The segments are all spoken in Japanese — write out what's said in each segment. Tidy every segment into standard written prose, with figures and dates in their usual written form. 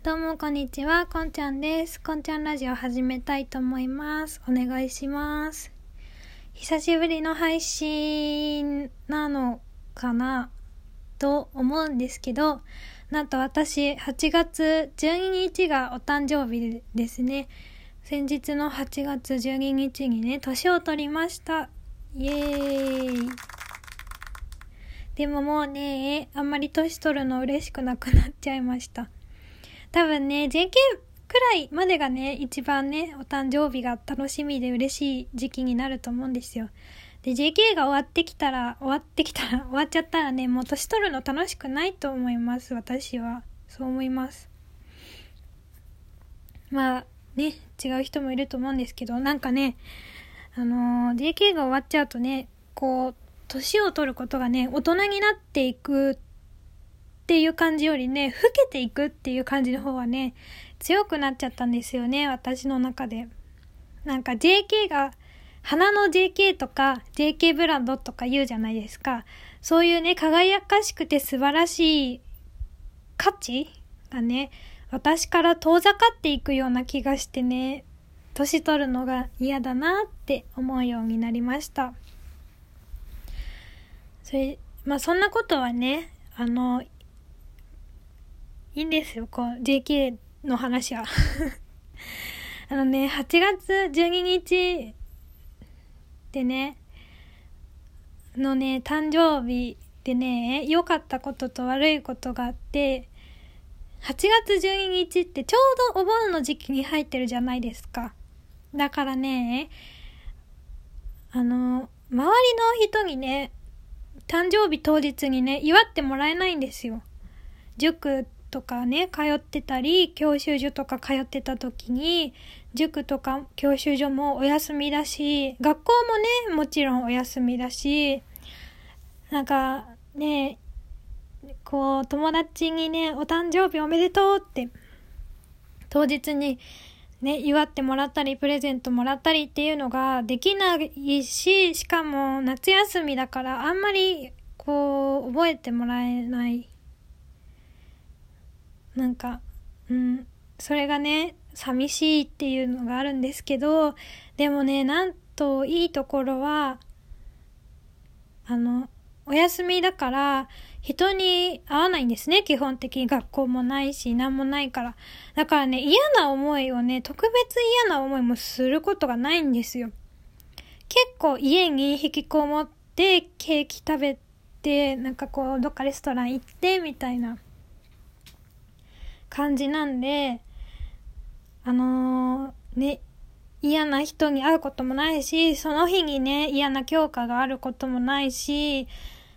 どうもこんにちは、こんちゃんです。こんちゃんラジオ始めたいと思います。お願いします。久しぶりの配信なのかなと思うんですけど、なんと私8月12日がお誕生日ですね。先日の8月12日にね、年を取りました。イエーイ。でももうね、あんまり年取るの嬉しくなくなっちゃいました。多分ね、JK くらいまでがね、一番ね、お誕生日が楽しみで嬉しい時期になると思うんですよ。で、JK が終わっちゃったらね、もう年取るの楽しくないと思います。私は。そう思います。まあ、ね、違う人もいると思うんですけど、なんかね、JK が終わっちゃうとね、こう、年を取ることがね、大人になっていくっていう感じよりね、老けていくっていう感じの方はね、強くなっちゃったんですよね、私の中で。なんか JK が、花の JK とか JK ブランドとか言うじゃないですか。そういうね、輝かしくて素晴らしい価値がね、私から遠ざかっていくような気がしてね、年取るのが嫌だなって思うようになりました。そんなことはね、いいんですよ、JK の話は。8月12日でね、誕生日でね、良かったことと悪いことがあって、8月12日ってちょうどお盆の時期に入ってるじゃないですか。だからね、周りの人にね、誕生日当日にね、祝ってもらえないんですよ。塾とかね、通ってたり、教習所とか通ってた時に、塾とか教習所もお休みだし、学校もね、もちろんお休みだし、なんかね、友達にね、お誕生日おめでとうって、当日にね、祝ってもらったり、プレゼントもらったりっていうのができないし、しかも夏休みだからあんまり覚えてもらえない。なんか、それがね、寂しいっていうのがあるんですけど、でもね、なんといいところは、お休みだから、人に会わないんですね。基本的に学校もないし、なんもないから。だからね、嫌な思いをね、特別嫌な思いもすることがないんですよ。結構家に引きこもって、ケーキ食べて、どっかレストラン行って、みたいな感じなんで、嫌な人に会うこともないし、その日にね、嫌な教科があることもないし、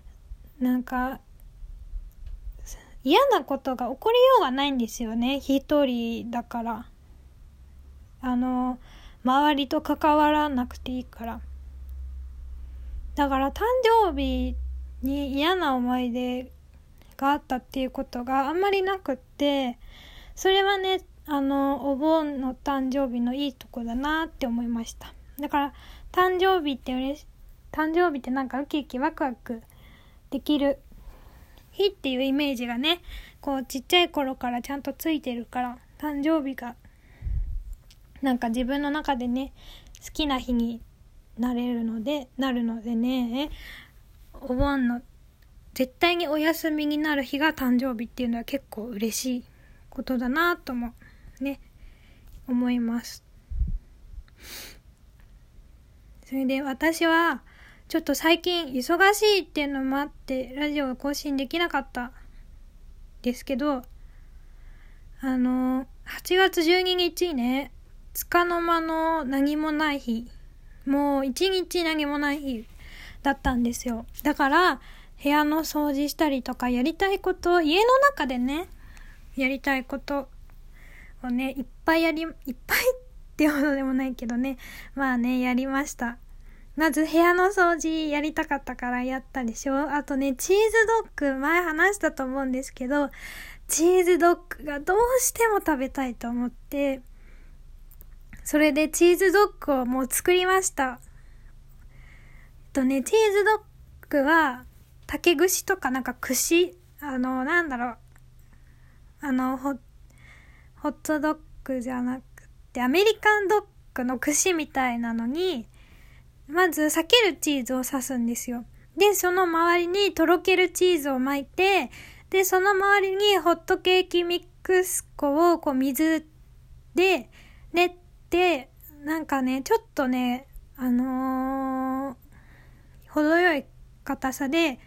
嫌なことが起こりようがないんですよね。一人だから。周りと関わらなくていいから。だから誕生日に嫌な思い出があったっていうことがあんまりなくって、それはね、お盆の誕生日のいいとこだなって思いました。だから誕生日ってウキウキワクワクできる日っていうイメージがね、ちっちゃい頃からちゃんとついてるから、誕生日が自分の中でね、好きな日になるのでね、お盆の絶対にお休みになる日が誕生日っていうのは結構嬉しいことだなともね、思います。それで私はちょっと最近忙しいっていうのもあってラジオが更新できなかったですけど、8月12日ね、束の間の何もない日、もう一日何もない日だったんですよ。だから部屋の掃除したりとか、やりたいこと、家の中でね、やりたいことをね、いっぱいってほどでもないけどね、やりました。まず部屋の掃除やりたかったからやったでしょ。あとね、チーズドッグ、前話したと思うんですけど、チーズドッグがどうしても食べたいと思って、それでチーズドッグをもう作りました。チーズドッグは竹串とか串、 ホットドッグじゃなくてアメリカンドッグの串みたいなのにまず裂けるチーズを刺すんですよ。でその周りにとろけるチーズを巻いて、でその周りにホットケーキミックス粉をこう水で練って、なんかねちょっとね程よい硬さで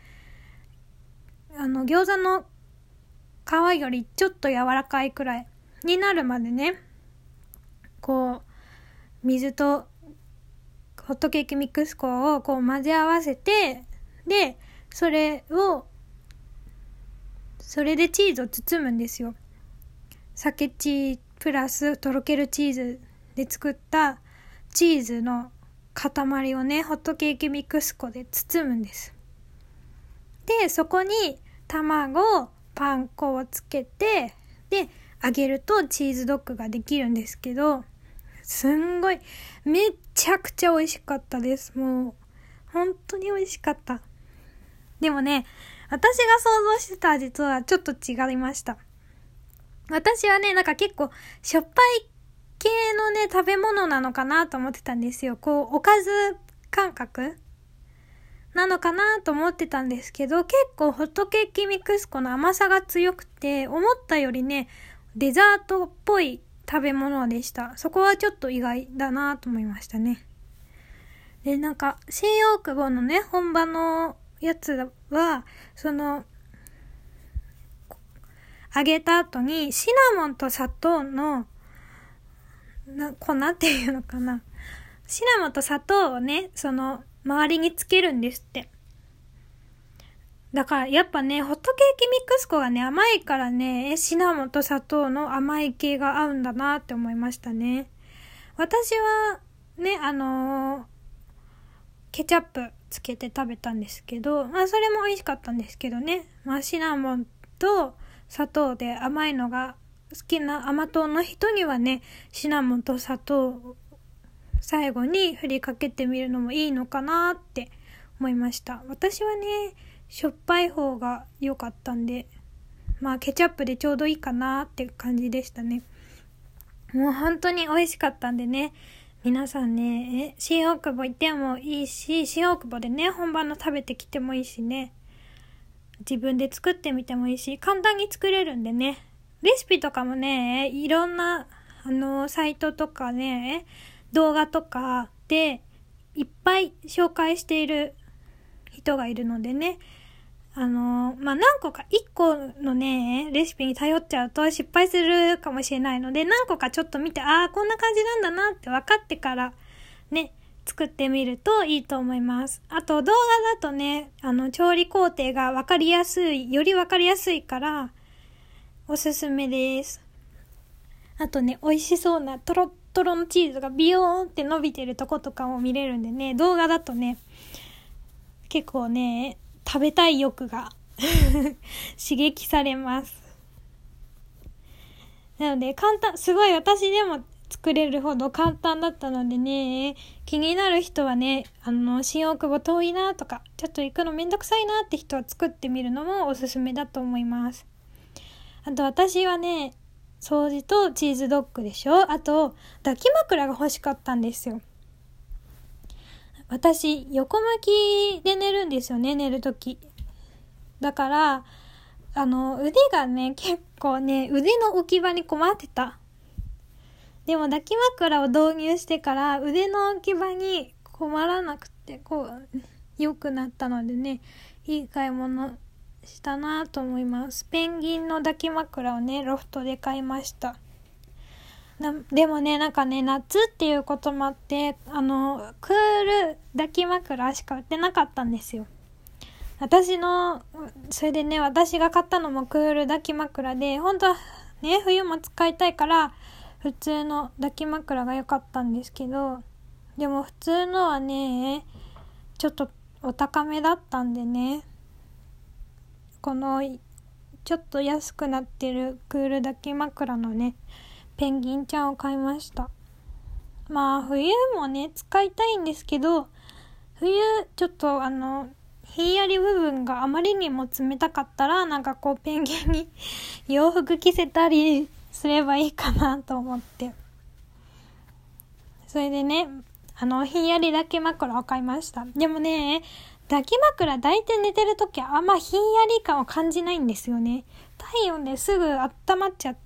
餃子の皮よりちょっと柔らかいくらいになるまでね、こう水とホットケーキミックス粉をこう混ぜ合わせて、でそれでチーズを包むんですよ。鮭チープラスとろけるチーズで作ったチーズの塊をねホットケーキミックス粉で包むんです。でそこに卵、パン粉をつけて、で揚げるとチーズドッグができるんですけど、すんごいめちゃくちゃ美味しかったです。もう本当に美味しかった。でもね、私が想像してた味とはちょっと違いました。私はね、なんか結構しょっぱい系のね食べ物なのかなと思ってたんですよ。こうおかず感覚なのかなと思ってたんですけど、結構ホットケーキミックス粉の甘さが強くて、思ったよりねデザートっぽい食べ物でした。そこはちょっと意外だなと思いましたね。でなんか新大久保のね本場のやつはその揚げた後にシナモンと砂糖の粉っていうのかな、シナモンと砂糖をねその周りにつけるんですって。だからやっぱねホットケーキミックス粉がね甘いからね、シナモンと砂糖の甘い系が合うんだなって思いましたね。私はねケチャップつけて食べたんですけど、まあそれも美味しかったんですけどね、まあシナモンと砂糖で甘いのが好きな甘党の人にはね、シナモンと砂糖を最後に振りかけてみるのもいいのかなって思いました。私はねしょっぱい方が良かったんで、まあケチャップでちょうどいいかなって感じでしたね。もう本当に美味しかったんでね、皆さんね新大久保行ってもいいし、新大久保でね本場の食べてきてもいいしね、自分で作ってみてもいいし、簡単に作れるんでね、レシピとかもねいろんなサイトとかね動画とかでいっぱい紹介している人がいるのでね、まあ何個か1個のねレシピに頼っちゃうと失敗するかもしれないので、何個かちょっと見て、ああこんな感じなんだなって分かってからね作ってみるといいと思います。あと動画だとね調理工程が分かりやすい、より分かりやすいからおすすめです。あとね美味しそうなトロットロのチーズがビヨーンって伸びてるとことかも見れるんでね、動画だとね結構ね食べたい欲が刺激されます。なので簡単、すごい私でも作れるほど簡単だったのでね、気になる人はね新大久保遠いなとかちょっと行くのめんどくさいなって人は作ってみるのもおすすめだと思います。あと私はね掃除とチーズドッグでしょ、あと抱き枕が欲しかったんですよ。私横向きで寝るんですよね、寝るとき。だから腕がね結構ね腕の置き場に困ってた。でも抱き枕を導入してから腕の置き場に困らなくてこう良くなったのでね、いい買い物したなと思います。ペンギンの抱き枕をねロフトで買いました。でもねなんかね夏っていうこともあってクール抱き枕しか売ってなかったんですよ。それでね私が買ったのもクール抱き枕で、本当はね冬も使いたいから普通の抱き枕が良かったんですけど、でも普通のはねちょっとお高めだったんでね、このちょっと安くなってるクール抱き枕のねペンギンちゃんを買いました。まあ冬もね使いたいんですけど、冬ちょっとひんやり部分があまりにも冷たかったらなんかこうペンギンに洋服着せたりすればいいかなと思って。それでね、ひんやり抱き枕を買いました。でもね、抱き枕抱いて寝てるときはあんまひんやり感を感じないんですよね。体温ですぐ温まっちゃって、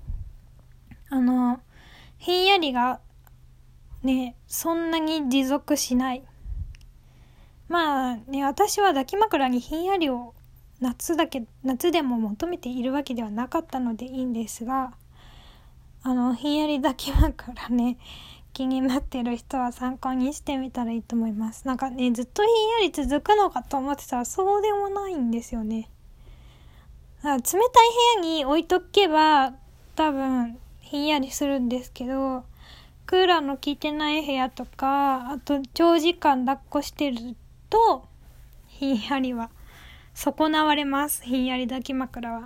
ひんやりがね、そんなに持続しない。まあね、私は抱き枕にひんやりを夏でも求めているわけではなかったのでいいんですが、ひんやり抱き枕ね、気になってる人は参考にしてみたらいいと思います。なんかね、ずっとひんやり続くのかと思ってたらそうでもないんですよね。冷たい部屋に置いとけば多分ひんやりするんですけど、クーラーの効いてない部屋とか、あと長時間抱っこしてるとひんやりは損なわれます。ひんやり抱き枕は。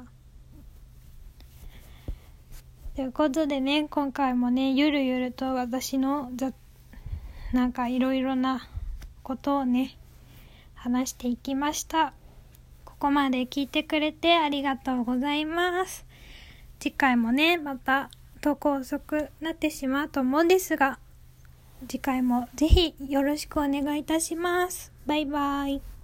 ということでね、今回もね、ゆるゆると私のなんかいろいろなことをね、話していきました。ここまで聞いてくれてありがとうございます。次回もね、また投稿遅くなってしまうと思うんですが、次回もぜひよろしくお願いいたします。バイバイ。